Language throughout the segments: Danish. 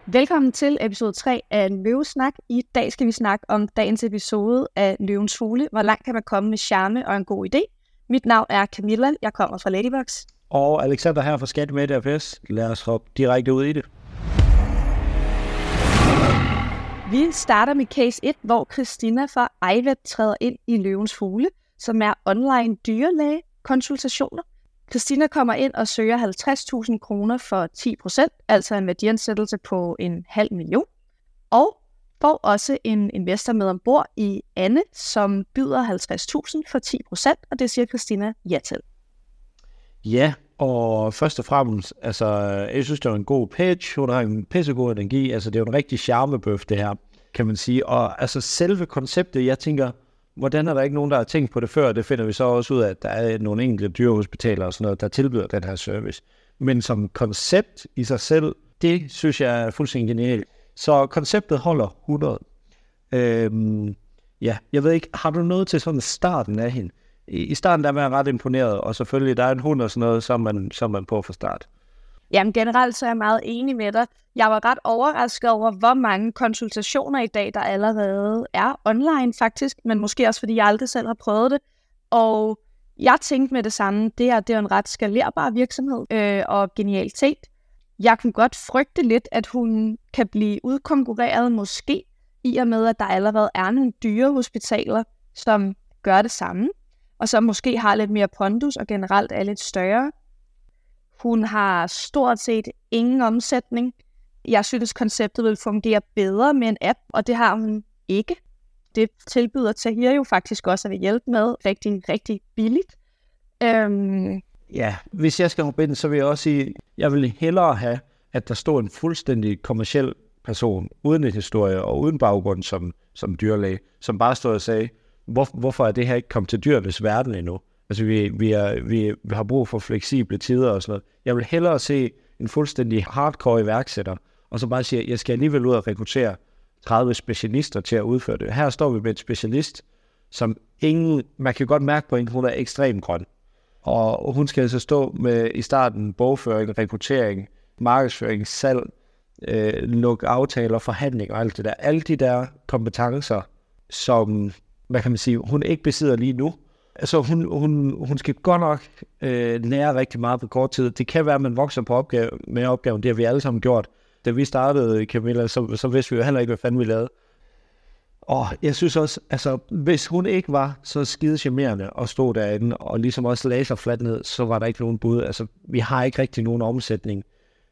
Velkommen til episode 3 af Løvesnak. I dag skal vi snakke om dagens episode af Løvens Hule. Hvor langt kan man komme med charme og en god idé? Mit navn er Camilla, jeg kommer fra Ladybugs. Og Alexander her fra Skattemedia ApS. Lad os hoppe direkte ud i det. Vi starter med case 1, hvor Christina fra Ayvet træder ind i Løvens Hule, som er online dyrlægekonsultationer. Christina kommer ind og søger 50.000 kroner for 10%, altså en værdiansættelse på 500.000, og får også en investor med ombord i Anne, som byder 50.000 for 10%, og det siger Christina ja til. Ja, og først og fremmest, altså, jeg synes, det var en god pitch, hun har en pissegod energi, altså det er jo en rigtig charmebøf det her, kan man sige, og altså selve konceptet, jeg tænker, hvordan er der ikke nogen, der har tænkt på det før? Det finder vi så også ud af, at der er nogle enkelte dyrehospitaler og sådan noget, der tilbyder den her service. Men som koncept i sig selv, det synes jeg er fuldstændig genialt. Så konceptet holder 100. Ja, jeg ved ikke, har du noget til sådan starten af hende? I starten der var jeg ret imponeret, og selvfølgelig der er en hund og sådan noget, som man på fra start. Jamen generelt så er jeg meget enig med dig. Jeg var ret overrasket over, hvor mange konsultationer i dag, der allerede er online faktisk, men måske også fordi jeg aldrig selv har prøvet det. Og jeg tænkte med det samme, det er en ret skalerbar virksomhed og genialitet. Jeg kunne godt frygte lidt, at hun kan blive udkonkurreret måske, i og med at der allerede er nogle dyrehospitaler, som gør det samme, og som måske har lidt mere pondus og generelt er lidt større. Hun har stort set ingen omsætning. Jeg synes, konceptet vil fungere bedre med en app, og det har hun ikke. Det tilbyder Tahir jo faktisk også at hjælpe med rigtig, rigtig billigt. Ja, hvis jeg skal hoppe ind, så vil jeg også sige, at jeg vil hellere have, at der står en fuldstændig kommerciel person, uden en historie og uden baggrund som dyrlæge, som bare stod og sagde, hvorfor er det her ikke kommet til dyrenes verden endnu? Altså, vi har brug for fleksible tider og sådan noget. Jeg vil hellere se en fuldstændig hardcore iværksætter, og så bare sige, at jeg skal alligevel ud og rekruttere 30 specialister til at udføre det. Her står vi med et specialist, som man kan godt mærke på hende, hun er ekstremt grøn. Og hun skal altså stå med i starten bogføring, rekruttering, markedsføring, salg, lukke aftaler, forhandling og alt det der. Alle de der kompetencer, som, hvad kan man sige, hun ikke besidder lige nu. Altså hun skal godt nok lære rigtig meget på kort tid. Det kan være, at man vokser på opgaven. Det har vi alle sammen gjort. Da vi startede, Camilla, så vidste vi jo heller ikke, hvad fanden vi lavede. Og jeg synes også, altså hvis hun ikke var så skide charmerende og stod derinde, og ligesom også lagde sig fladt ned, så var der ikke nogen bud. Altså vi har ikke rigtig nogen omsætning.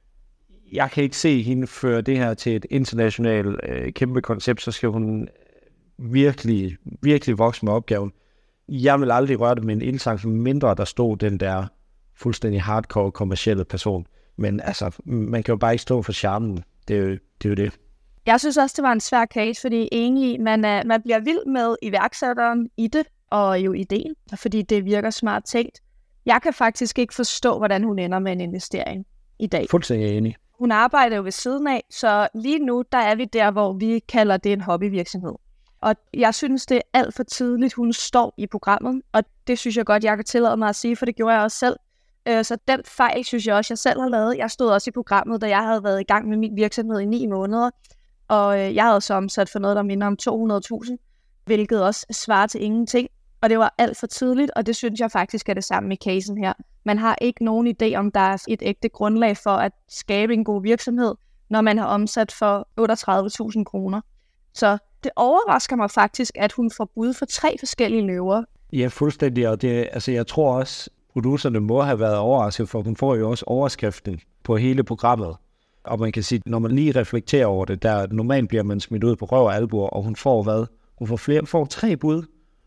Jeg kan ikke se hende føre det her til et internationalt kæmpe koncept, så skal hun virkelig, virkelig vokse med opgaven. Jeg vil aldrig røre det med en indsang, mindre der stod den der fuldstændig hardcore kommercielle person. Men altså, man kan jo bare ikke stå for charmen. Det er jo det. Jeg synes også, det var en svær case, fordi egentlig man bliver vild med iværksætteren i det, og jo ideen, fordi det virker smart tænkt. Jeg kan faktisk ikke forstå, hvordan hun ender med en investering i dag. Fuldstændig enig. Hun arbejder jo ved siden af, så lige nu, der er vi der, hvor vi kalder det en hobbyvirksomhed. Og jeg synes, det er alt for tidligt, hun står i programmet, og det synes jeg godt, jeg kan tillade mig at sige, for det gjorde jeg også selv. Så den fejl, synes jeg også, jeg selv har lavet. Jeg stod også i programmet, da jeg havde været i gang med min virksomhed i 9 måneder, og jeg havde så omsat for noget, der minder om 200.000, hvilket også svarer til ingenting. Og det var alt for tidligt, og det synes jeg faktisk er det samme med casen her. Man har ikke nogen idé, om der er et ægte grundlag for at skabe en god virksomhed, når man har omsat for 38.000 kroner. Så det overrasker mig faktisk, at hun får bud for 3 forskellige løver. Ja, fuldstændig, og det, altså jeg tror også, producerne må have været overrasket, for hun får jo også overskriften på hele programmet. Og man kan sige, når man lige reflekterer over det, der normalt bliver man smidt ud på røv og albuer, og hun får hvad? Hun får 3 bud.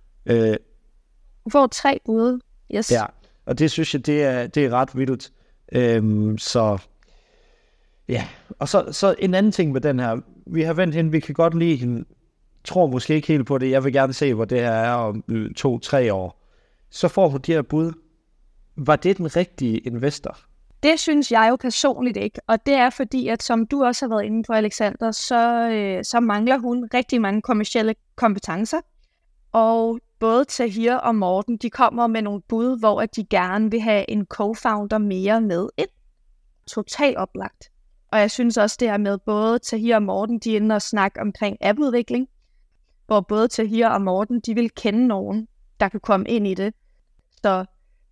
Hun får 3 bud, yes. Ja, og det synes jeg, det er ret vildt. Så ja, og så en anden ting med den her. Vi har vendt hende, vi kan godt lide hende, tror måske ikke helt på det. Jeg vil gerne se, hvor det her er om 2-3 år. Så får hun de her bud. Var det den rigtige investor? Det synes jeg jo personligt ikke, og det er fordi, at som du også har været inde på, Alexander, så mangler hun rigtig mange kommercielle kompetencer. Og både Tahir og Morten, de kommer med nogle bud, hvor at de gerne vil have en co-founder mere med ind. Totalt oplagt. Og jeg synes også, det er med både Tahir og Morten, de er inde og snakke omkring appudvikling, hvor både Tahir og Morten, de vil kende nogen, der kan komme ind i det. Så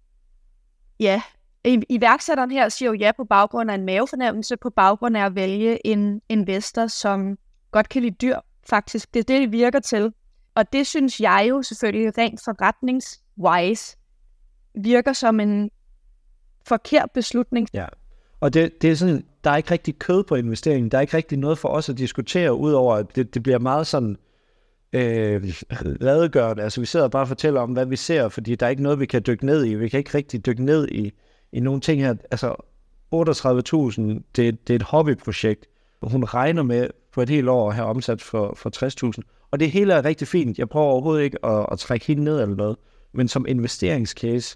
ja, iværksætteren her siger jo ja på baggrund af en mavefornemmelse, på baggrund af at vælge en investor, som godt kan lide dyr, faktisk. Det er det virker til. Og det synes jeg jo selvfølgelig rent forretningswise virker som en forkert beslutning. Ja, og det er sådan, der er ikke rigtig kød på investeringen. Der er ikke rigtig noget for os at diskutere, udover at det bliver meget sådan redegørende. Altså vi sidder bare og fortæller om, hvad vi ser, fordi der er ikke noget, vi kan dykke ned i. Vi kan ikke rigtig dykke ned i nogle ting her. Altså 38.000, det er et hobbyprojekt. Hun regner med på et helt år at have omsat for 60.000. Og det hele er rigtig fint. Jeg prøver overhovedet ikke at trække hende ned eller noget. Men som investeringscase,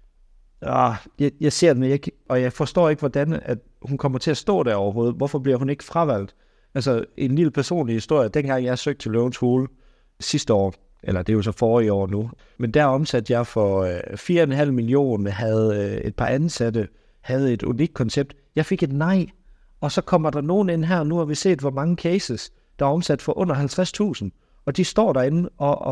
jeg ser den, og jeg forstår ikke, hvordan at hun kommer til at stå der overhovedet. Hvorfor bliver hun ikke fravalgt? Altså en lille personlig historie. Dengang jeg søgte til Løvens Hule sidste år, eller det er jo så forrige år nu, men der omsatte jeg for 4,5 millioner, havde et par ansatte, havde et unikt koncept. Jeg fik et nej, og så kommer der nogen ind her, nu har vi set, hvor mange cases, der er omsat for under 50.000, og de står derinde og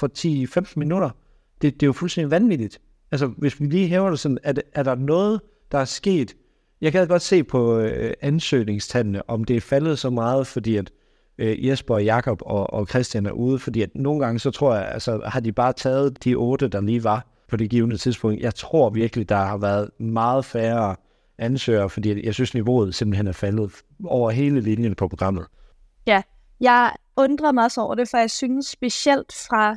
for 10-15 minutter. Det er jo fuldstændig vanvittigt. Altså, hvis vi lige hæver det sådan, er der noget, der er sket? Jeg kan godt se på ansøgningstallene, om det er faldet så meget, fordi at Jesper og Jakob og Christian er ude, fordi at nogle gange, så tror jeg, altså har de bare taget de 8, der lige var på det givende tidspunkt. Jeg tror virkelig, der har været meget færre ansøgere, fordi jeg synes, niveauet simpelthen er faldet over hele linjen på programmet. Ja, jeg undrer mig også over det, for jeg synes specielt fra,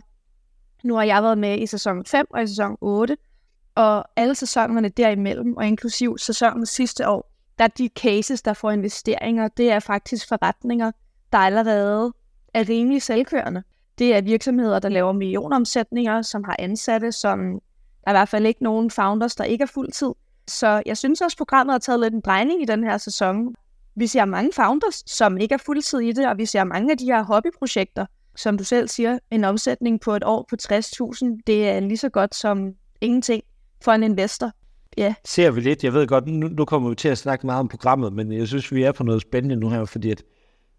nu har jeg været med i sæson 5 og i sæson 8, og alle sæsonerne derimellem, og inklusiv sæsonen sidste år, der er de cases, der får investeringer, det er faktisk forretninger, der allerede er rimelig selvkørende. Det er virksomheder, der laver millionomsætninger, som har ansatte, som der er i hvert fald ikke nogen founders, der ikke er fuldtid. Så jeg synes også, programmet har taget lidt en drejning i den her sæson. Vi ser mange founders, som ikke er fuldtid i det, og vi ser mange af de her hobbyprojekter, som du selv siger, en omsætning på et år på 60.000, det er lige så godt som ingenting for en investor. Ja. Ser vi lidt, jeg ved godt, nu kommer vi til at snakke meget om programmet, men jeg synes, vi er på noget spændende nu her, fordi at,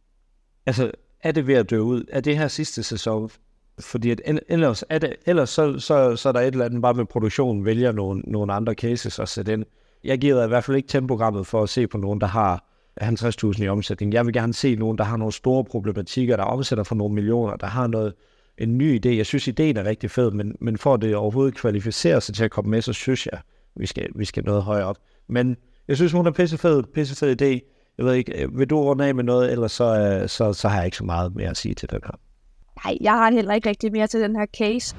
altså, er det ved at dø ud? Er det her sidste sæson? Fordi at ellers så er der et eller andet bare med produktionen, vælger nogle andre cases at sætte ind. Jeg giver i hvert fald ikke temprogrammet for at se på nogen, der har 50.000 i omsætning. Jeg vil gerne se nogen, der har nogle store problematikker, der omsætter for nogle millioner, der har en ny idé. Jeg synes, ideen er rigtig fed, men for at det overhovedet kvalificerer sig til at komme med, så synes jeg, vi skal noget højere op. Men jeg synes, hun er pissefed idé. Jeg ved ikke, vil du runde af med noget, ellers så har jeg ikke så meget mere at sige til den her. Nej, jeg har heller ikke rigtig mere til den her case.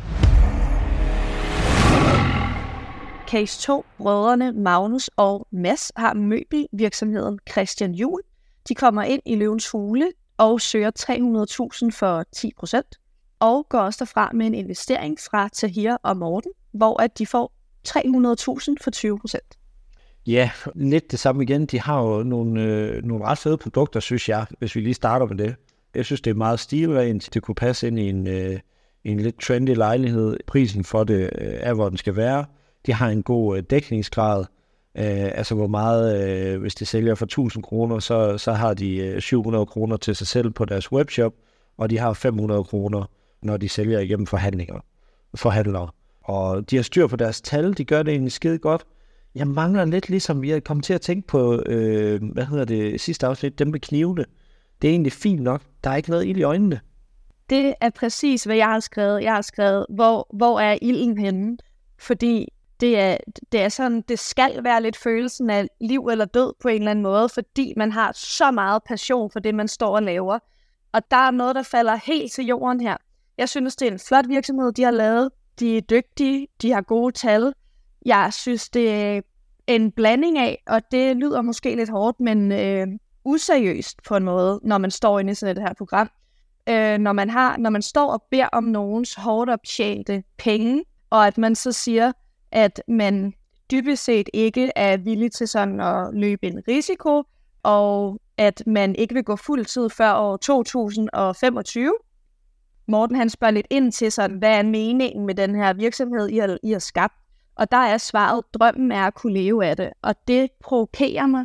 Case 2, brødrene Magnus og Mads har møbelvirksomheden Christian Juhl. De kommer ind i Løvens Hule og søger 300.000 for 10%, og går også derfra med en investering fra Tahir og Morten, hvor at de får 300.000 for 20%. Ja, lidt det samme igen. De har jo nogle ret fede produkter, synes jeg, hvis vi lige starter med det. Jeg synes, det er meget stilrent. Det kunne passe ind i en lidt trendy lejlighed. Prisen for det er, hvor den skal være. De har en god dækningsgrad. Altså hvor meget, hvis de sælger for 1.000 kroner, så har de 700 kroner til sig selv på deres webshop, og de har 500 kroner, når de sælger igennem forhandlere. Og de har styr på deres tal, de gør det egentlig skide godt. Jeg mangler lidt, ligesom jeg kom til at tænke på, sidste afsnit, dem med knivene. Det er egentlig fint nok. Der er ikke noget ild i øjnene. Det er præcis, hvad jeg har skrevet. Jeg har skrevet, hvor er ilden henne? Fordi det er sådan, det skal være lidt følelsen af liv eller død på en eller anden måde, fordi man har så meget passion for det, man står og laver. Og der er noget, der falder helt til jorden her. Jeg synes, det er en flot virksomhed, de har lavet. De er dygtige, de har gode tal. Jeg synes, det er en blanding af, og det lyder måske lidt hårdt, men useriøst på en måde, når man står inde i sådan et her program. Når man står og beder om nogens hårdt optjente penge, og at man så siger, at man dybest set ikke er villig til sådan at løbe en risiko, og at man ikke vil gå fuld tid før år 2025. Morten han spørger lidt ind til sådan, hvad er meningen med den her virksomhed, I har skabt? Og der er svaret, drømmen er at kunne leve af det. Og det provokerer mig,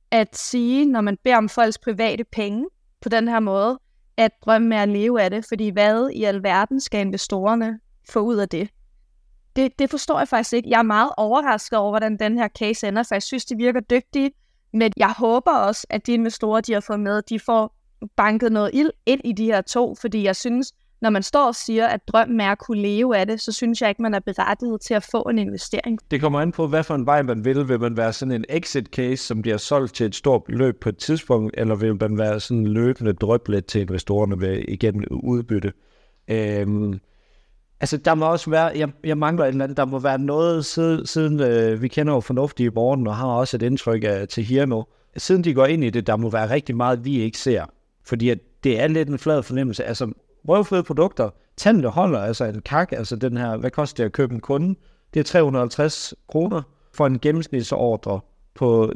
at sige, når man beder om folks private penge på den her måde, at drømme er at leve af det, fordi hvad i alverden skal investorerne få ud af det? Det forstår jeg faktisk ikke. Jeg er meget overrasket over, hvordan den her case ender, for jeg synes, de virker dygtige, men jeg håber også, at de investorer, de har fået med, de får banket noget ild ind i de her to, fordi jeg synes, når man står og siger, at drømmen er at kunne leve af det, så synes jeg ikke, man er berettiget til at få en investering. Det kommer an på, hvad for en vej man vil. Vil man være sådan en exit case, som bliver solgt til et stort beløb på et tidspunkt, eller vil man være sådan en løbende drøblet til investorerne ved igen udbytte? Altså, der må også være, jeg mangler et eller andet, der må være noget, siden vi kender jo fornuftige i morgen, og har også et indtryk af til her nu. Siden de går ind i det, der må være rigtig meget, vi ikke ser. Fordi at det er lidt en flad fornemmelse. Altså, røvfede produkter, tallene holder, altså en kak, altså den her, hvad koster det at købe en kunde? Det er 350 kroner for en gennemsnitsordre på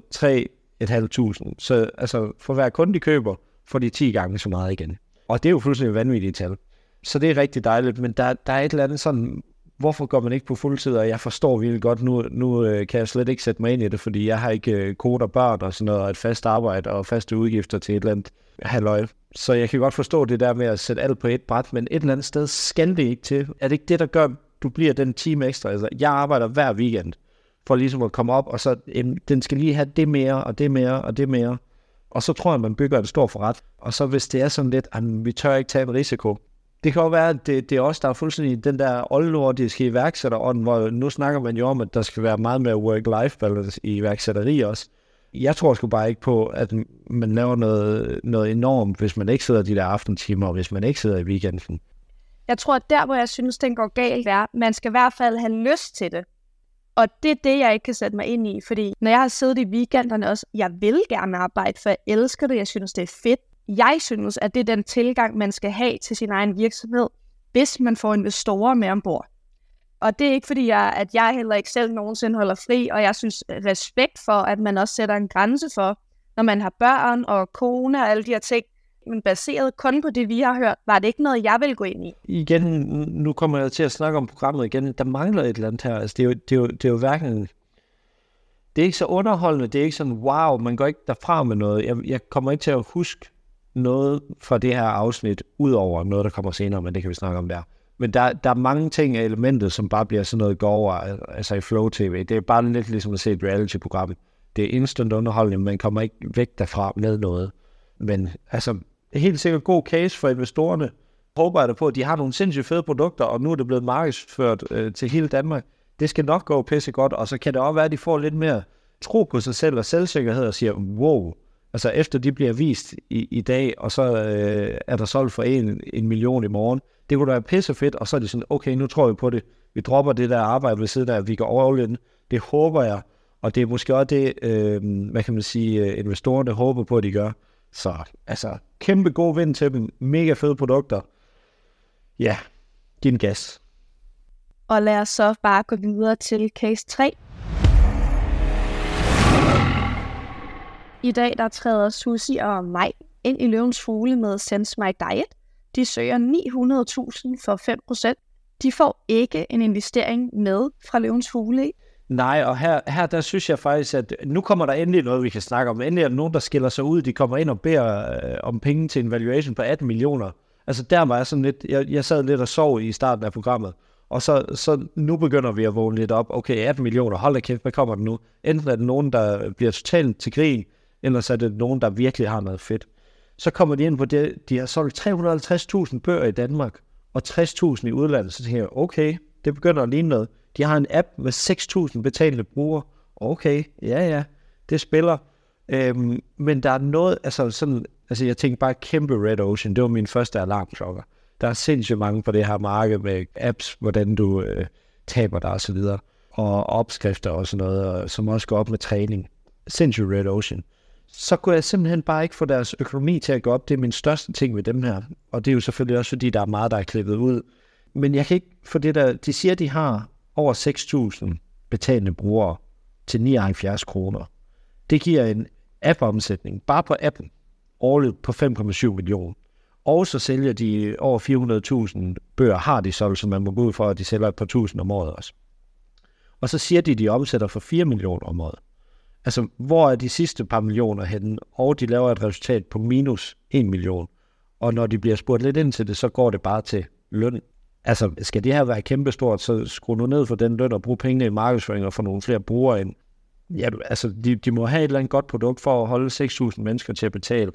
3.500. Så altså, for hver kunde, de køber, får de 10 gange så meget igen. Og det er jo fuldstændig vanvittigt tal. Så det er rigtig dejligt, men der er et eller andet sådan, hvorfor går man ikke på fuldtid? Og jeg forstår virkelig godt, nu kan jeg slet ikke sætte mig ind i det, fordi jeg har ikke kone og børn og sådan noget, og et fast arbejde og faste udgifter til et eller andet halløj. Så jeg kan godt forstå det der med at sætte alt på et bræt, men et eller andet sted skal det ikke til. Er det ikke det, der gør, du bliver den time ekstra? Altså, jeg arbejder hver weekend for ligesom at komme op, og så den skal lige have det mere, og det mere, og det mere. Og så tror jeg, man bygger et stort forret. Og så hvis det er sådan lidt, vi tør ikke tage en risiko. Det kan jo være, at det er også, der er fuldstændig den der oldnordiske iværksætterånd, hvor nu snakker man jo om, at der skal være meget mere work-life balance i iværksætteri også. Jeg tror sgu bare ikke på, at man laver noget enormt, hvis man ikke sidder de der aftentimer, og hvis man ikke sidder i weekenden. Jeg tror, at der, hvor jeg synes, den går galt, er, at man skal i hvert fald have lyst til det. Og det er det, jeg ikke kan sætte mig ind i, fordi når jeg har siddet i weekenderne også, jeg vil gerne arbejde, for jeg elsker det, jeg synes, det er fedt. Jeg synes, at det er den tilgang, man skal have til sin egen virksomhed, hvis man får investorer med ombord. Og det er ikke fordi, at jeg heller ikke selv nogensinde holder fri, og jeg synes respekt for, at man også sætter en grænse for, når man har børn og kone og alle de her ting. Men baseret kun på det, vi har hørt, var det ikke noget, jeg ville gå ind i. Igen, nu kommer jeg til at snakke om programmet igen. Der mangler et eller andet her. Altså, det er jo hverken... Det er ikke så underholdende, det er ikke sådan, wow, man går ikke derfra med noget. Jeg kommer ikke til at huske noget fra det her afsnit, udover noget, der kommer senere, men det kan vi snakke om der. Men der er mange ting af elementet, som bare bliver sådan noget går over, altså i Flow TV. Det er bare lidt ligesom at se et reality-program. Det er instant underholdning, man kommer ikke væk derfra med noget. Men altså, helt sikkert god case for investorerne. Håber jeg da på, at de har nogle sindssygt fede produkter, og nu er det blevet markedsført til hele Danmark. Det skal nok gå pisse godt, og så kan det også være, at de får lidt mere tro på sig selv og selvsikkerhed og siger, wow, altså efter de bliver vist i dag, og så er der solgt for 1 million i morgen. Det kunne da være pisse fedt, og så er det sådan, okay, nu tror vi på det. Vi dropper det der arbejde ved siden af, vi går all in. Det håber jeg, og det er måske også det, hvad kan man sige, investorerne håber på, at de gør. Så altså, kæmpe god vind til dem, mega fede produkter. Ja, din gas. Og lad os så bare gå videre til case 3. I dag der træder Susie og Maj ind i Løvens Fugle med Sense My Diet. De søger 900.000 for 5%. De får ikke en investering med fra Løvens Fugle. Nej, og her der synes jeg faktisk, at nu kommer der endelig noget, vi kan snakke om. Endelig er der nogen, der skiller sig ud. De kommer ind og beder om penge til en valuation på 18 millioner. Altså der var jeg sådan lidt, jeg sad lidt og sov i starten af programmet. Og så nu begynder vi at vågne lidt op. Okay, 18 millioner, hold da kæft, hvad kommer der nu? Enten er det nogen, der bliver totalt til grin, eller så er det nogen, der virkelig har noget fedt. Så kommer de ind på det, de har solgt 350.000 bøger i Danmark, og 60.000 i udlandet. Så tænker jeg, okay, det begynder at ligne noget. De har en app med 6.000 betalende brugere. Okay, ja, det spiller. Men der er noget, altså jeg tænker bare kæmpe Red Ocean. Det var min første alarmklokker. Der er sindssygt mange på det her marked med apps, hvordan du taber dig og så videre. Og opskrifter og sådan noget, som også går op med træning. Sindssygt Red Ocean. Så kunne jeg simpelthen bare ikke få deres økonomi til at gå op. Det er min største ting ved dem her. Og det er jo selvfølgelig også, fordi der er meget, der er klippet ud. Men jeg kan ikke få det der... De siger, de har over 6.000 betalende brugere til 79 kroner. Det giver en app-omsætning, bare på appen, årligt på 5,7 millioner. Og så sælger de over 400.000 bøger, har de solgt, så man må gå ud for, at de sælger et par tusind om året også. Og så siger de omsætter for 4 millioner om året. Altså, hvor er de sidste par millioner henne? Og de laver et resultat på minus 1 million. Og når de bliver spurgt lidt ind til det, så går det bare til løn. Altså, skal det her være kæmpestort, så skru nu ned for den løn og brug pengene i markedsføring og få nogle flere brugere ind. Ja, altså, de må have et eller andet godt produkt for at holde 6.000 mennesker til at betale.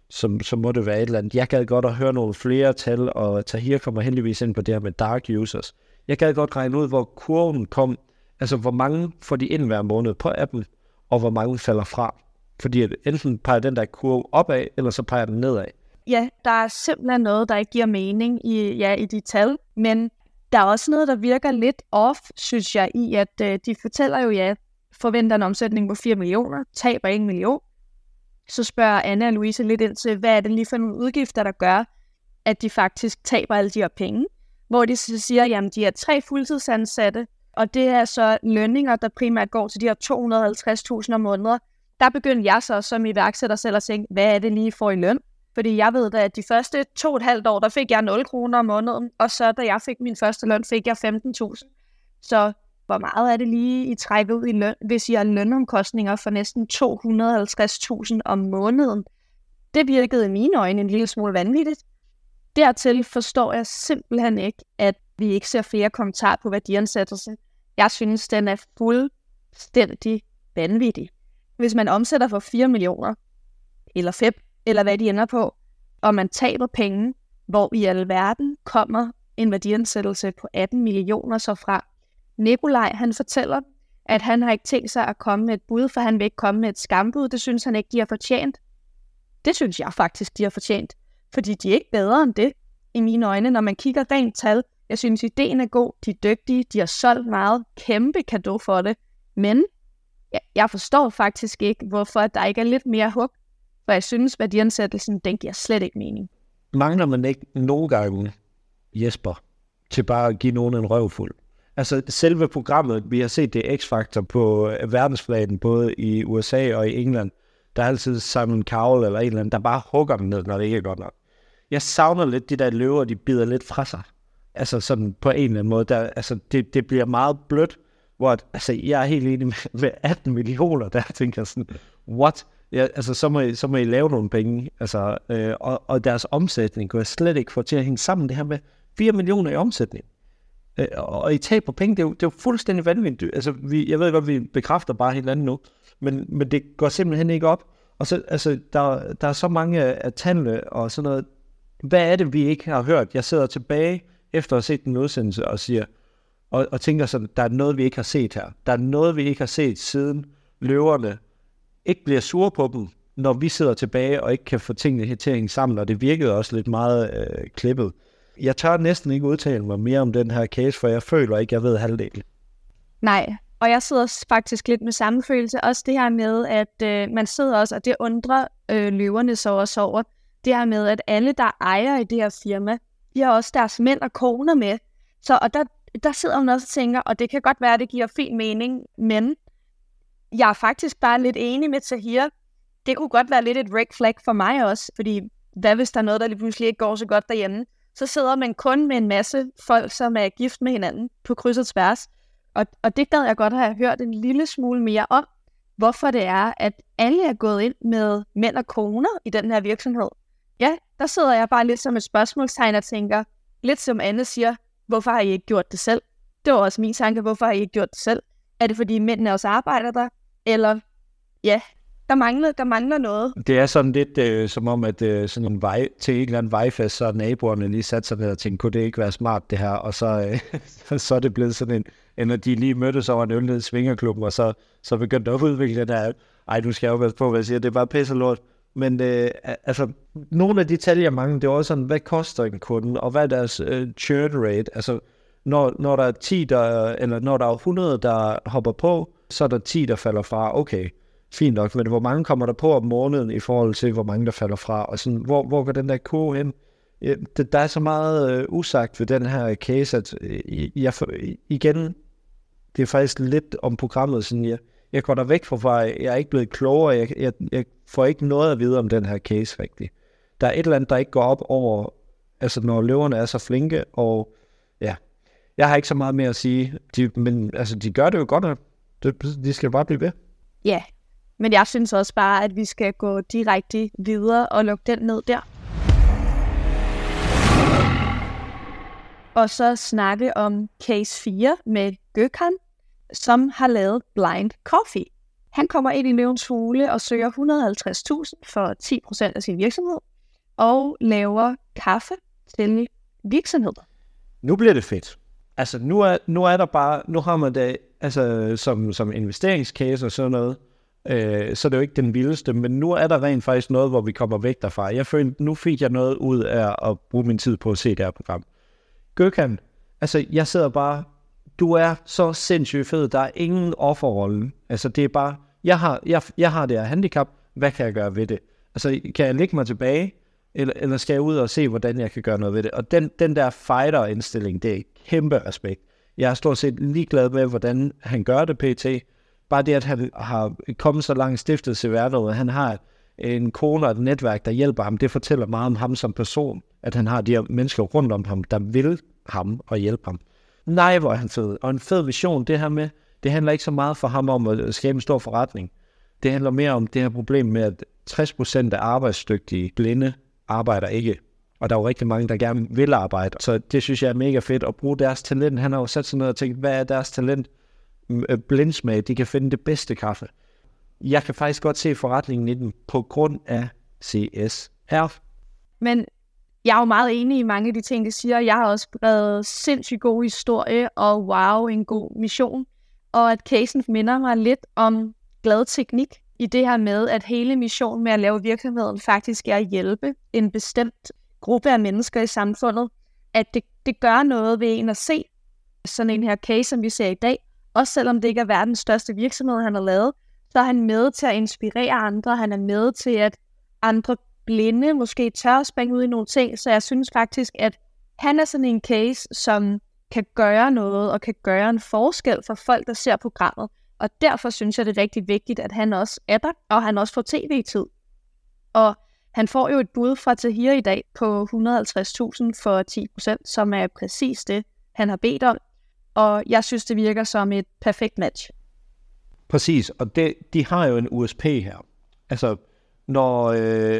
Så må det være et eller andet. Jeg gad godt at høre nogle flere tal, og Tahir kommer heldigvis ind på det her med dark users. Jeg gad godt regne ud, hvor kurven kom. Altså, hvor mange får de ind hver måned på appen, og hvor mange falder fra. Fordi enten peger den der kurve opad, eller så peger den nedad. Ja, der er simpelthen noget, der ikke giver mening i de tal, men der er også noget, der virker lidt off, synes jeg, i at de fortæller jo, forventer en omsætning på 4 millioner, taber 1 million. Så spørger Anna og Louise lidt ind til, hvad er det lige for nogle udgifter, der gør, at de faktisk taber alle de her penge. Hvor de så siger, jamen de er 3 fuldtidsansatte, og det er så lønninger, der primært går til de her 250.000 om måneden. Der begyndte jeg så som iværksætter selv at tænke, hvad er det lige for i løn? Fordi jeg ved da, at de første 2,5 år, der fik jeg 0 kroner om måneden, og så da jeg fik min første løn, fik jeg 15.000. Så hvor meget er det lige, I trækker ud i løn, hvis I har lønomkostninger for næsten 250.000 om måneden? Det virkede i mine øjne en lille smule vanvittigt. Dertil forstår jeg simpelthen ikke, at vi ikke ser flere kommentarer på værdiansættelse. Jeg synes, den er fuldstændig vanvittig. Hvis man omsætter for 4 millioner, eller 5, eller hvad de ender på, og man taber penge, hvor i alverden kommer en værdiansættelse på 18 millioner så fra. Nikolaj, han fortæller, at han har ikke tænkt sig at komme med et bud, for han vil ikke komme med et skambud. Det synes han ikke, de har fortjent. Det synes jeg faktisk, de har fortjent. Fordi de er ikke bedre end det, i mine øjne, når man kigger rent tal. Jeg synes, ideen er god, de er dygtige, de har solgt meget, kæmpe cadeau for det. Men jeg forstår faktisk ikke, hvorfor der ikke er lidt mere hug. For jeg synes, værdiansættelsen, den giver slet ikke mening. Mangler man ikke nogle gange, Jesper, til bare at give nogen en røvfuld? Altså selve programmet, vi har set det X-Factor på verdensplanen, både i USA og i England, der er altid Simon Cowell eller en eller anden, der bare hugger dem ned, når det ikke er godt nok. Jeg savner lidt de der løver, de bider lidt fra sig. Altså sådan på en eller anden måde, det bliver meget blødt, hvor jeg er helt enig med 18 millioner, der tænker sådan, what? Ja, altså så må I lave nogle penge, altså, og deres omsætning kunne jeg slet ikke få til at hænge sammen, det her med 4 millioner i omsætning. Og I taber penge, det er jo fuldstændig vanvittigt. Altså, jeg ved godt, vi bekræfter bare helt andet nu, men det går simpelthen ikke op. Og så, altså, der er så mange af tallene og sådan noget. Hvad er det, vi ikke har hørt? Jeg sidder tilbage efter at have set den udsendelse og siger, og tænker sådan, der er noget, vi ikke har set her. Der er noget, vi ikke har set, siden løverne ikke bliver sure på dem, når vi sidder tilbage og ikke kan få tingene til at hænge sammen, og det virkede også lidt meget klippet. Jeg tør næsten ikke udtale mig mere om den her case, for jeg føler ikke, jeg ved halvdelen. Nej, og jeg sidder faktisk lidt med samme følelse. Også det her med, at man sidder også, og det undrer løverne så også over, det her med, at alle, der ejer i det her firma, de har også deres mænd og koner med. Så, og der sidder man også og tænker, og det kan godt være, at det giver fin mening, men jeg er faktisk bare lidt enig med Tahir. Det kunne godt være lidt et red flag for mig også, fordi hvad hvis der er noget, der lige pludselig ikke går så godt derhjemme? Så sidder man kun med en masse folk, som er gift med hinanden på kryds og tværs. Og det gad jeg godt have hørt en lille smule mere om, hvorfor det er, at alle er gået ind med mænd og koner i den her virksomhed. Ja, der sidder jeg bare lidt som et spørgsmålstegn og tænker, lidt som Anne siger, hvorfor har I ikke gjort det selv? Det var også min tanke, hvorfor har I ikke gjort det selv? Er det fordi mændene også arbejder der? Eller, ja, der mangler noget. Det er sådan lidt som om, at sådan en vej til en eller anden vejfest, så naboerne lige satte sig ned og tænkte, kunne det ikke være smart det her? Og så, så er det blevet sådan en, når de lige mødtes over en øl nede i Svingerklubben, og så begyndte at udvikle den der, du skal jo være på, hvad jeg siger, det er bare pisse lort. Men altså, nogle af de tal, jeg mangler, det er også sådan, hvad koster en kunde, og hvad er deres churn rate? Altså, når der er 10, eller når der er 100, der hopper på, så er der 10, der falder fra. Okay, fint nok, men hvor mange kommer der på om måneden i forhold til, hvor mange der falder fra? Og sådan, hvor går den der kurve hen? Der er så meget usagt ved den her case, at igen, det er faktisk lidt om programmet, sådan jeg går der væk fra, jeg er ikke blevet klogere, jeg får ikke noget at vide om den her case rigtigt. Der er et eller andet, der ikke går op over, altså når løverne er så flinke, og ja, jeg har ikke så meget mere at sige, men altså, de gør det jo godt nok. De skal bare blive ved. Ja, Men jeg synes også bare, at vi skal gå direkte videre og lukke den ned der. Og så snakke om case 4 med Gökhan, som har lavet Blind Coffee. Han kommer ind i Løvens Hule og søger 150.000 for 10% af sin virksomhed, og laver kaffe til virksomheder. Nu bliver det fedt. Altså nu er der bare, nu har man det altså som investeringscase og sådan noget, så er det jo ikke den vildeste, men nu er der rent faktisk noget, hvor vi kommer væk derfra. Jeg følte, nu fik jeg noget ud af at bruge min tid på at se det her program. Gökhan, altså jeg sidder bare, du er så sindssygt fed, der er ingen offerrolle. Altså det er bare, jeg har det her handicap, hvad kan jeg gøre ved det? Altså kan jeg lægge mig tilbage, eller skal jeg ud og se, hvordan jeg kan gøre noget ved det? Og den der fighter-indstilling, det er kæmpe respekt. Jeg er stort set ligeglad med, hvordan han gør det, pt. Bare det, at han har kommet så langt stiftet til verden, at han har en kone og et netværk, der hjælper ham, det fortæller meget om ham som person, at han har de her mennesker rundt om ham, der vil ham og hjælpe ham. Nej, hvor er han fed. Og en fed vision, det her med, det handler ikke så meget for ham om at skabe en stor forretning. Det handler mere om det her problem med, at 60% af arbejdsdygtige blinde arbejder ikke. Og der er jo rigtig mange, der gerne vil arbejde. Så det synes jeg er mega fedt at bruge deres talent. Han har jo sat sig ned og tænkt, hvad er deres talent? Blindsmag, de kan finde det bedste kaffe. Jeg kan faktisk godt se forretningen i den på grund af CSR. Men jeg er jo meget enig i mange af de ting, de siger. Jeg har også skrevet sindssygt god historie, og wow, en god mission. Og at casen minder mig lidt om glad teknik i det her med, at hele missionen med at lave virksomheden faktisk er at hjælpe en bestemt gruppe af mennesker i samfundet. At det gør noget ved en at se sådan en her case, som vi ser i dag. Også selvom det ikke er verdens største virksomhed, han har lavet, så er han med til at inspirere andre. Han er med til, at andre blinde måske tør at springe ud i nogle ting. Så jeg synes faktisk, at han er sådan en case, som kan gøre noget og kan gøre en forskel for folk, der ser programmet. Og derfor synes jeg, det er rigtig vigtigt, at han også er der, og han også får tv-tid. Og han får jo et bud fra Tahir i dag på 150.000 for 10%, som er præcis det, han har bedt om. Og jeg synes, det virker som et perfekt match. Præcis, og de har jo en USP her. Altså, når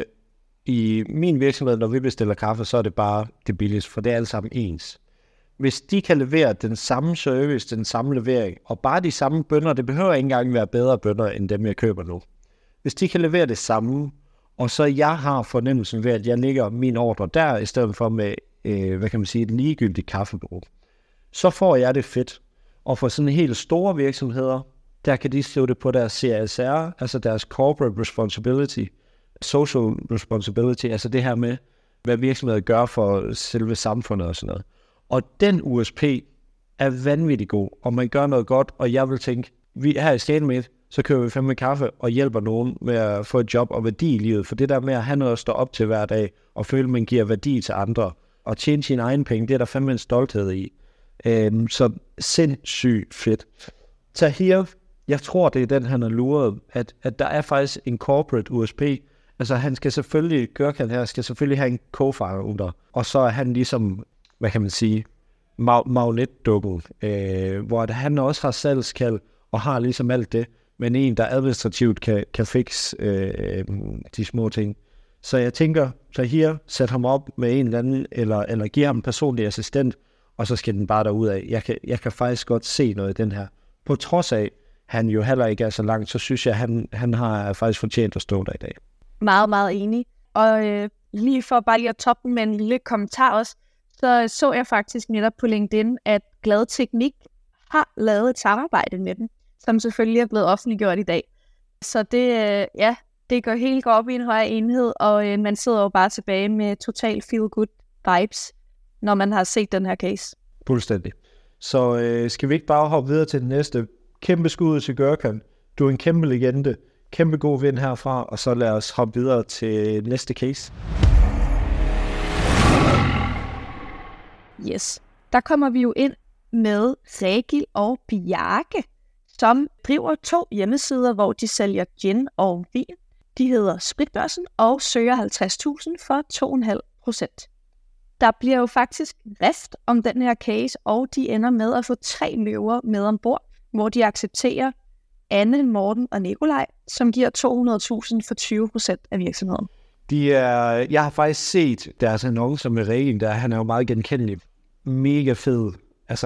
i min virksomhed, når vi bestiller kaffe, så er det bare det billigste, for det er alle sammen ens. Hvis de kan levere den samme service, den samme levering, og bare de samme bønner, det behøver ikke engang være bedre bønner, end dem, jeg køber nu. Hvis de kan levere det samme, og så jeg har fornemmelsen ved, at jeg lægger min ordre der, i stedet for med, et ligegyldigt kaffebrug, så får jeg det fedt. Og for sådan helt store virksomheder, der kan de skrive det på deres CSR, altså deres corporate responsibility, social responsibility, altså det her med, hvad virksomheder gør for selve samfundet og sådan noget. Og den USP er vanvittig god, og man gør noget godt, og jeg vil tænke, vi her i ScaleMate, så køber vi 5 kaffe og hjælper nogen med at få et job og værdi i livet. For det der med at have noget at stå op til hver dag, og føle, at man giver værdi til andre, og tjene sine egne penge, det er der fandme en stolthed i. Så sindssygt fedt. Tahir, jeg tror, det er den, han har luret, at der er faktisk en corporate USP. Altså han skal selvfølgelig, Gökhan her, skal selvfølgelig have en co-founder under, og så er han ligesom, hvad kan man sige, magnetdukken, hvor han også har salgskald, og har ligesom alt det, men en, der administrativt kan fikse de små ting. Så jeg tænker, Tahir, sæt ham op med en eller anden, eller giver ham en personlig assistent, og så skal den bare derudad. Jeg kan faktisk godt se noget i den her. På trods af, han jo heller ikke er så langt, så synes jeg, han har faktisk fortjent at stå der i dag. Meget, meget enig. Og lige for bare lige at toppe med en lille kommentar også, så jeg faktisk netop på LinkedIn, at Glad Teknik har lavet et samarbejde med dem, som selvfølgelig er blevet offentliggjort i dag. Så det går helt op i en højere enhed, og man sidder jo bare tilbage med total feel-good vibes, når man har set den her case. Fuldstændig. Så skal vi ikke bare hoppe videre til den næste? Kæmpe skud til Gökhan. Du er en kæmpe legende. Kæmpe god vind herfra, og så lad os hoppe videre til næste case. Yes. Der kommer vi jo ind med Regil og Bjarke, som driver 2 hjemmesider, hvor de sælger gin og vin. De hedder Spritbørsen og søger 50.000 for 2,5%. Der bliver jo faktisk rift om den her case, og de ender med at få 3 løver med ombord, hvor de accepterer Anne, Morten og Nikolaj, som giver 200.000 for 20% af virksomheden. Jeg har faktisk set deres annoncer med Regen, der han er jo meget genkendelig. Mega fed. Altså,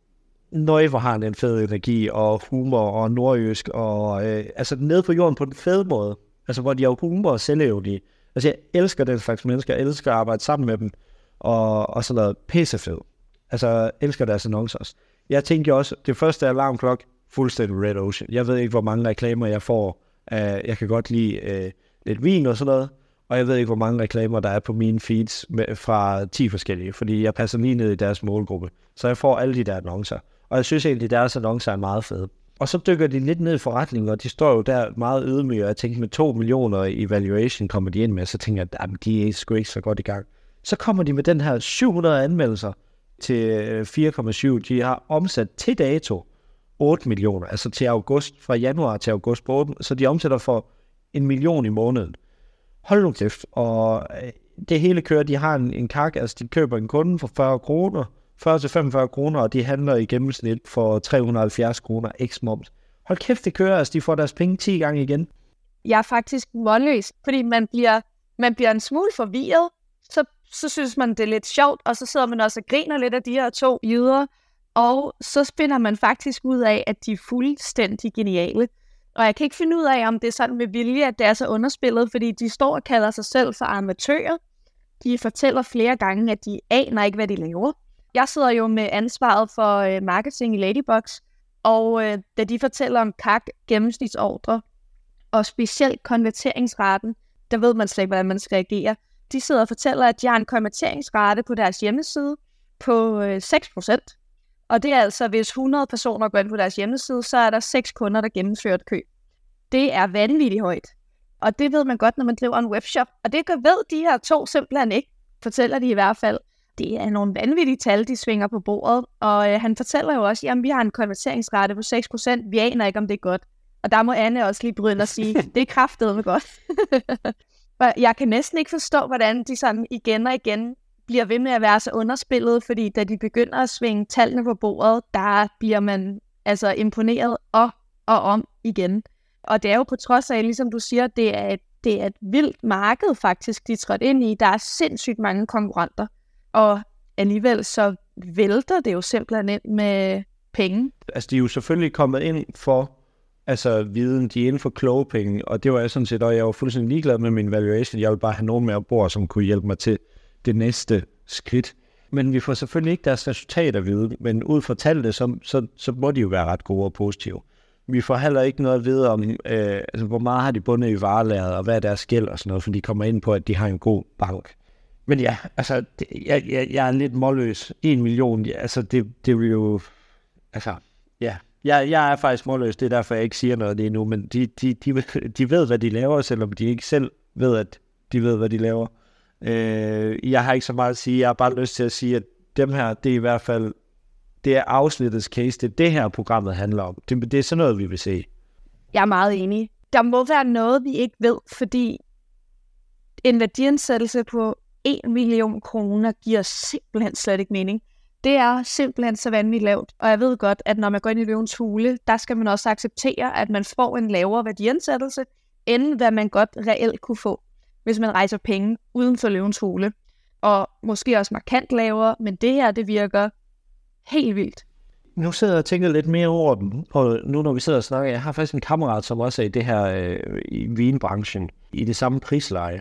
nøje, hvor har han en fed energi og humor og nordjysk, og altså nede på jorden på den fede måde. Altså, hvor de har humor og selvevlige. Altså, jeg elsker den slags mennesker. Jeg elsker at arbejde sammen med dem, og sådan noget pissefed. Altså, jeg elsker deres annoncer også. Jeg tænker også, det første alarmklok, fuldstændig Red Ocean. Jeg ved ikke, hvor mange reklamer jeg får. Jeg kan godt lide lidt vin og sådan noget, og jeg ved ikke, hvor mange reklamer der er på mine feeds fra 10 forskellige, fordi jeg passer lige ned i deres målgruppe. Så jeg får alle de der annoncer. Og jeg synes egentlig, at deres annoncer er meget fede. Og så dykker de lidt ned i forretningen, og de står jo der meget ydmyge, og jeg tænker, med 2 millioner i valuation kommer de ind med, så tænker jeg, at de er sgu ikke så godt i gang. Så kommer de med den her 700 anmeldelser til 4,7. De har omsat til dato 8 millioner, altså til august, fra januar til august på 8, så de omsætter for 1 million i måneden. Hold nu kæft, og det hele kører, de har en kak, altså de køber en kunde for 40 kroner, 40-45 kroner, og de handler i gennemsnit for 370 kroner x-moms. Hold kæft, det kører, altså de får deres penge 10 gange igen. Jeg er faktisk målløs, fordi man bliver en smule forvirret, så synes man, det er lidt sjovt, og så sidder man også og griner lidt af de her to jyder, og så spinder man faktisk ud af, at de er fuldstændig geniale. Og jeg kan ikke finde ud af, om det er sådan med vilje, at det er så underspillet, fordi de står og kalder sig selv for amatører. De fortæller flere gange, at de aner ikke, hvad de laver. Jeg sidder jo med ansvaret for marketing i Ladybox, og da de fortæller om CAC, gennemsnitsordre, og specielt konverteringsraten, der ved man slet ikke, hvordan man skal reagere. De sidder og fortæller, at de har en konverteringsrate på deres hjemmeside på 6%. Og det er altså, hvis 100 personer går ind på deres hjemmeside, så er der 6 kunder, der gennemfører et køb. Det er vanvittigt højt. Og det ved man godt, når man driver en webshop. Og det ved de her to simpelthen ikke, fortæller de i hvert fald. Det er nogle vanvittige tal, de svinger på bordet. Og han fortæller jo også, at vi har en konverteringsrate på 6%. Vi aner ikke, om det er godt. Og der må Anne også lige bryde ind og sige, det er kraftedeme godt. Jeg kan næsten ikke forstå, hvordan de sådan igen og igen bliver ved med at være så underspillet, fordi da de begynder at svinge tallene på bordet, der bliver man altså imponeret og om igen. Og det er jo på trods af, ligesom du siger, det er et vildt marked faktisk, de trådte ind i. Der er sindssygt mange konkurrenter, og alligevel så vælter det jo simpelthen ind med penge. Altså de er jo selvfølgelig kommet ind for viden, de er inden for kloge penge, og det var jeg sådan set, og jeg var fuldstændig ligeglad med min valuation. Jeg ville bare have nogen med at bord, som kunne hjælpe mig til det næste skridt. Men vi får selvfølgelig ikke deres resultater at vide, men ud fra tallene, så må de jo være ret gode og positive. Vi får heller ikke noget at vide om, hvor meget har de bundet i varelageret, og hvad er deres gæld og sådan noget, for de kommer ind på, at de har en god bank. Men ja, altså, jeg er lidt målløs. 1 million, altså, det vil jo, altså, ja. Jeg er faktisk målløs, det er derfor, jeg ikke siger noget lige nu, men de ved, hvad de laver, selvom de ikke selv ved, at de ved, hvad de laver. Jeg har ikke så meget at sige, jeg har bare lyst til at sige, at dem her, det er i hvert fald, det er afsnittets case, det her programmet handler om. Det er sådan noget, vi vil se. Jeg er meget enig. Der må være noget, vi ikke ved, fordi en værdiansættelse på 1 million kroner giver simpelthen slet ikke mening. Det er simpelthen så vanvittigt lavt, og jeg ved godt, at når man går ind i Løvens Hule, der skal man også acceptere, at man får en lavere værdiansættelse, end hvad man godt reelt kunne få, hvis man rejser penge uden for Løvens Hule. Og måske også markant lavere, men det her, det virker helt vildt. Nu sidder jeg og tænker lidt mere over den, og nu når vi sidder og snakker, jeg har faktisk en kammerat, som også er i det her i vinbranchen, i det samme prisleje.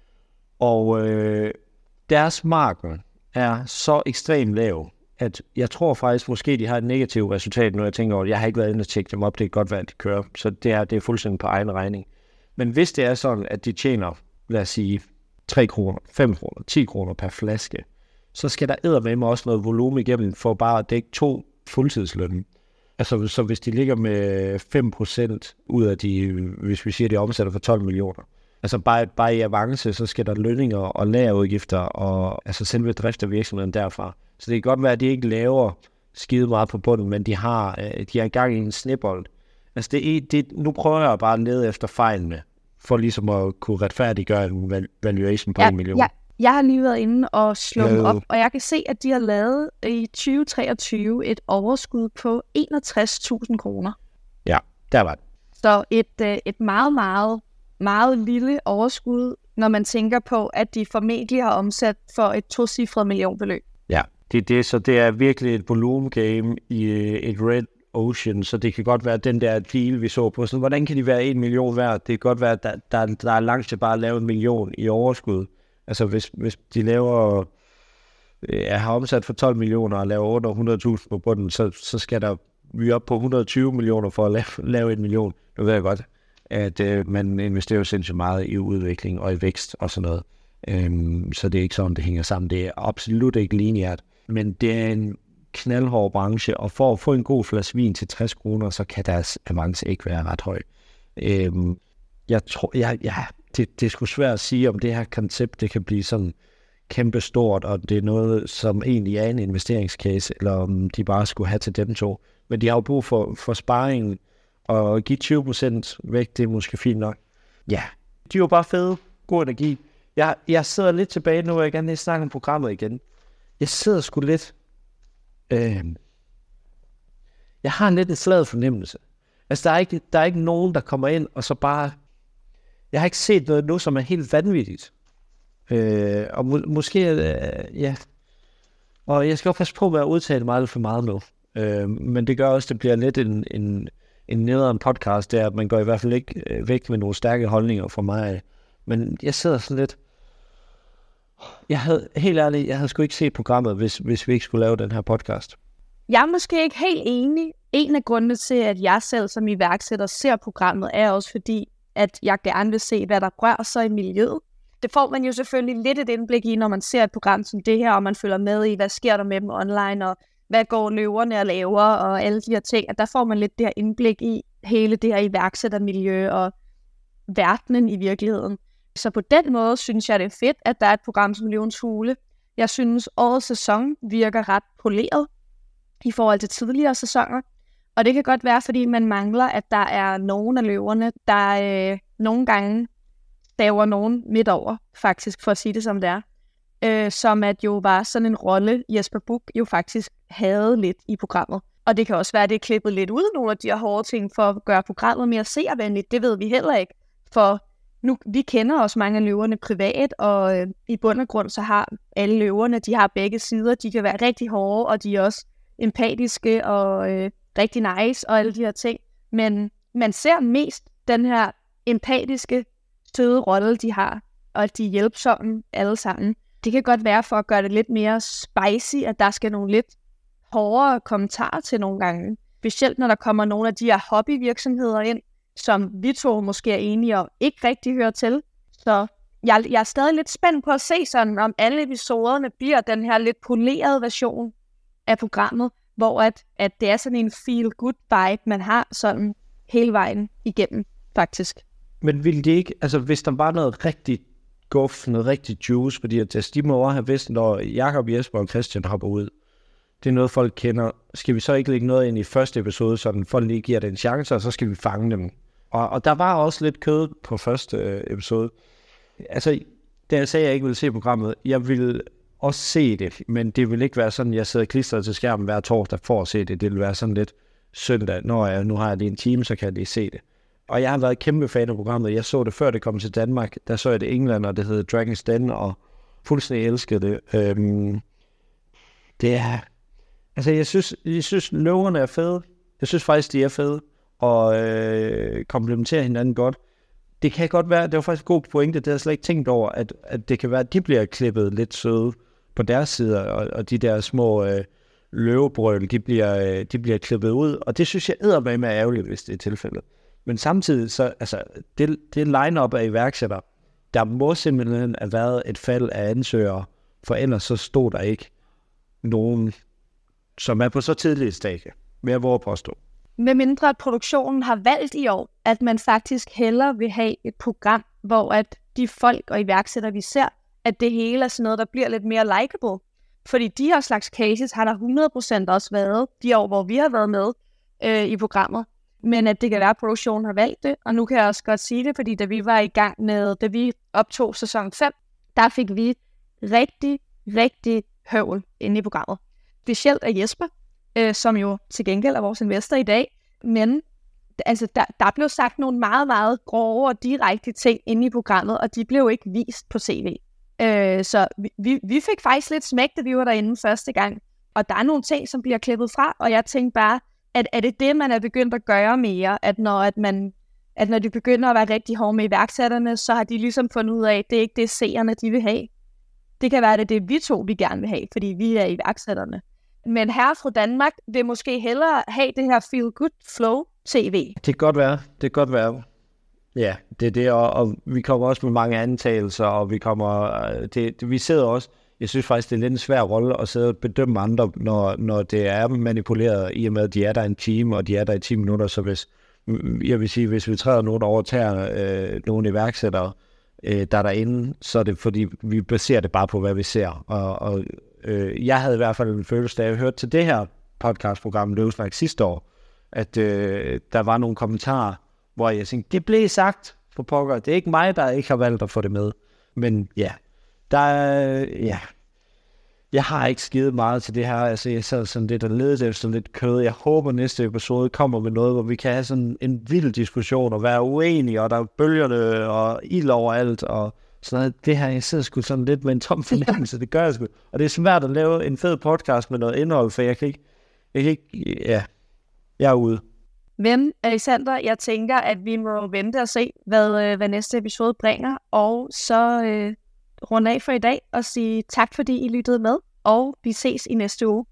Og deres marken er så ekstremt lav, at jeg tror faktisk, måske de har et negativt resultat, når jeg tænker over, jeg har ikke været inde og tjekke dem op, det kan godt være, at de kører, så det er fuldstændig på egen regning. Men hvis det er sådan, at de tjener, lad os sige, 3 kroner, 5 kroner, 10 kroner per flaske, så skal der eddermame også noget volumen igennem, for bare at dække 2 fuldtidslønne. Altså, så hvis de ligger med 5% ud af de, hvis vi siger, de omsætter for 12 millioner, altså bare i avance, så skal der lønninger og lagerudgifter og altså selve drift af virksomheden derfra. Så det kan godt være, at de ikke laver skide meget på bunden, men de har i gang i en snebold. Altså nu prøver jeg bare at lede efter fejlene, for ligesom at kunne retfærdiggøre en valuation på 1 million. Jeg har lige været inde og slået dem op, og jeg kan se, at de har lavet i 2023 et overskud på 61.000 kroner. Ja, Der var det. Så et meget, meget, meget lille overskud, når man tænker på, at de formentlig har omsat for et 2-cifret millionbeløb. Ja, så det er virkelig et volumen game i et red ocean, så det kan godt være den der deal, vi så på. Så hvordan kan de være 1 million værd? Det kan godt være, at der er langt til bare at lave 1 million i overskud. Altså hvis de laver, har omsat for 12 millioner og laver under 100.000 på bunden, så skal der vi op på 120 millioner for at lave 1 million. Nu ved jeg godt, at man investerer jo sindssygt meget i udvikling og i vækst og sådan noget. Så det er ikke sådan, det hænger sammen. Det er absolut ikke lineært. Men det er en knaldhård branche, og for at få en god flaske vin til 60 kroner, så kan deres avance ikke være ret høj. Jeg tror, det er sgu svært at sige, om det her koncept, det kan blive sådan kæmpestort, og det er noget, som egentlig er en investeringscase, eller om de bare skulle have til dem to. Men de har jo brug for sparringen, og give 20% væk, det er måske fint nok. Ja, de er jo bare fede, god energi. Jeg sidder lidt tilbage nu, og jeg gerne vil snakke om programmet igen. Jeg sidder sgu lidt... jeg har lidt en flad fornemmelse. Altså, der er ikke nogen, der kommer ind, og så bare... Jeg har ikke set noget nu, som er helt vanvittigt. Og måske... ja. Og jeg skal jo passe på med at udtale mig for meget nu. Men det gør også, det bliver lidt en nederen podcast, der at man går i hvert fald ikke væk med nogle stærke holdninger fra mig. Men jeg sidder sådan lidt... Helt ærligt, jeg havde sgu ikke set programmet, hvis vi ikke skulle lave den her podcast. Jeg er måske ikke helt enig. En af grundene til, at jeg selv som iværksætter ser programmet, er også fordi, at jeg gerne vil se, hvad der rører sig i miljøet. Det får man jo selvfølgelig lidt et indblik i, når man ser et program som det her, og man følger med i, hvad sker der med dem online, og hvad går løverne og laver, og alle de her ting. At der får man lidt det her indblik i hele det her iværksættermiljø og verdenen i virkeligheden. Så på den måde synes jeg, det er fedt, at der er et program som Løvens Hule. Jeg synes, årets sæson virker ret poleret i forhold til tidligere sæsoner. Og det kan godt være, fordi man mangler, at der er nogen af løverne, der nogle gange staver nogen midt over, faktisk, for at sige det som det er. Som at jo var sådan en rolle, Jesper Buch jo faktisk havde lidt i programmet. Og det kan også være, at det er klippet lidt ud, nogle af de her hårde ting, for at gøre programmet mere seervenligt. Det ved vi heller ikke, for nu, vi kender også mange af løverne privat, og i bund og grund, så har alle løverne, de har begge sider. De kan være rigtig hårde, og de er også empatiske og rigtig nice, og alle de her ting. Men man ser mest den her empatiske, søde rolle, de har, og de er hjælpsomme alle sammen. Det kan godt være for at gøre det lidt mere spicy, at der skal nogle lidt hårdere kommentarer til nogle gange. Specielt når der kommer nogle af de her hobbyvirksomheder ind, som vi to måske er enige om ikke rigtig hører til. Så jeg er stadig lidt spændt på at se sådan, om alle episoderne bliver den her lidt polerede version af programmet, hvor at det er sådan en feel-good vibe, man har sådan hele vejen igennem, faktisk. Men ville det ikke, altså hvis der var noget rigtig guf, noget rigtig juice, fordi at de må også have vidst, når Jakob, Jesper og Christian hopper ud, det er noget, folk kender. Skal vi så ikke lægge noget ind i første episode, så folk lige giver det en chance, og så skal vi fange dem? Og der var også lidt kød på første episode. Altså, da jeg sagde, at jeg ikke ville se programmet, jeg ville også se det, men det ville ikke være sådan, at jeg sidder klistret til skærmen hver torsdag for at se det. Det ville være sådan lidt søndag, når nu har jeg lige en time, så kan jeg lige se det. Og jeg har været kæmpe fan af programmet. Jeg så det før det kom til Danmark. Der så jeg det i England, og det hedder Dragon's Den, og fuldstændig elskede det. Det er... Altså, jeg synes løverne er fede. Jeg synes faktisk, de er fede, og komplementerer hinanden godt. Det kan godt være, det var faktisk en god pointe, det har jeg slet ikke tænkt over, at det kan være, at de bliver klippet lidt søde på deres side, og de der små løvebrøl, de bliver klippet ud, og det synes jeg eddermame er ærgerligt, hvis det er tilfældet. Men samtidig, så, altså, det line-up af iværksætter, der må simpelthen have været et fald af ansøgere, for ellers så stod der ikke nogen, som er på så tidligt et stadie, vil jeg våge påstå. Med mindre at produktionen har valgt i år, at man faktisk hellere vil have et program, hvor at de folk og iværksættere, vi ser, at det hele er sådan noget, der bliver lidt mere likeable. Fordi de her slags cases har der 100% også været de år, hvor vi har været med i programmet. Men at det kan være, at produktionen har valgt det, og nu kan jeg også godt sige det, fordi da vi var i gang med, da vi optog sæson 5, der fik vi rigtig, rigtig høvl inde i programmet. Specielt af Jesper, som jo til gengæld er vores investor i dag, men altså der blev sagt nogle meget, meget grove og direkte ting inde i programmet, og de blev ikke vist på tv. Så vi fik faktisk lidt smæk, da vi var derinde første gang. Og der er nogle ting, som bliver klippet fra, og jeg tænkte bare, at er det, man er begyndt at gøre mere, at når de begynder at være rigtig hårde med iværksætterne, så har de ligesom fundet ud af, at det er ikke det, seerne de vil have. Det kan være, at det er vi to, vi gerne vil have, fordi vi er iværksætterne. Men Herre fra Danmark vil måske hellere have det her feel good flow tv. Det kan godt være. Ja, det er det, og vi kommer også med mange antagelser, og vi sidder også. Jeg synes faktisk, det er lidt en svær rolle at sidde og bedømme andre, når det er manipuleret, i og med, at de er der en time, og de er der i 10 minutter. Så hvis vi træder nogen over tager nogle iværksættere, der er derinde, så er det fordi, vi baserer det bare på, hvad vi ser. Og jeg havde i hvert fald en følelse, da jeg hørte til det her podcastprogram, Løvsnak sidste år, at der var nogle kommentarer, hvor jeg tænkte, det blev sagt for pokker. Det er ikke mig, der ikke har valgt at få det med. Men ja, jeg har ikke skidt meget til det her. Altså, jeg sad sådan lidt og ledte efter lidt kød. Jeg håber, næste episode kommer med noget, hvor vi kan have sådan en vild diskussion og være uenige, og der er bølgerne og ild overalt og sådan noget. Det her, jeg sidder sgu sådan lidt med en tom fornemmelse. Det gør jeg sgu. Og det er svært at lave en fed podcast med noget indhold, for jeg kan ikke, jeg er ude. Men Alexander, jeg tænker, at vi må vente og se, hvad næste episode bringer, og så runde af for i dag og sige tak, fordi I lyttede med, og vi ses i næste uge.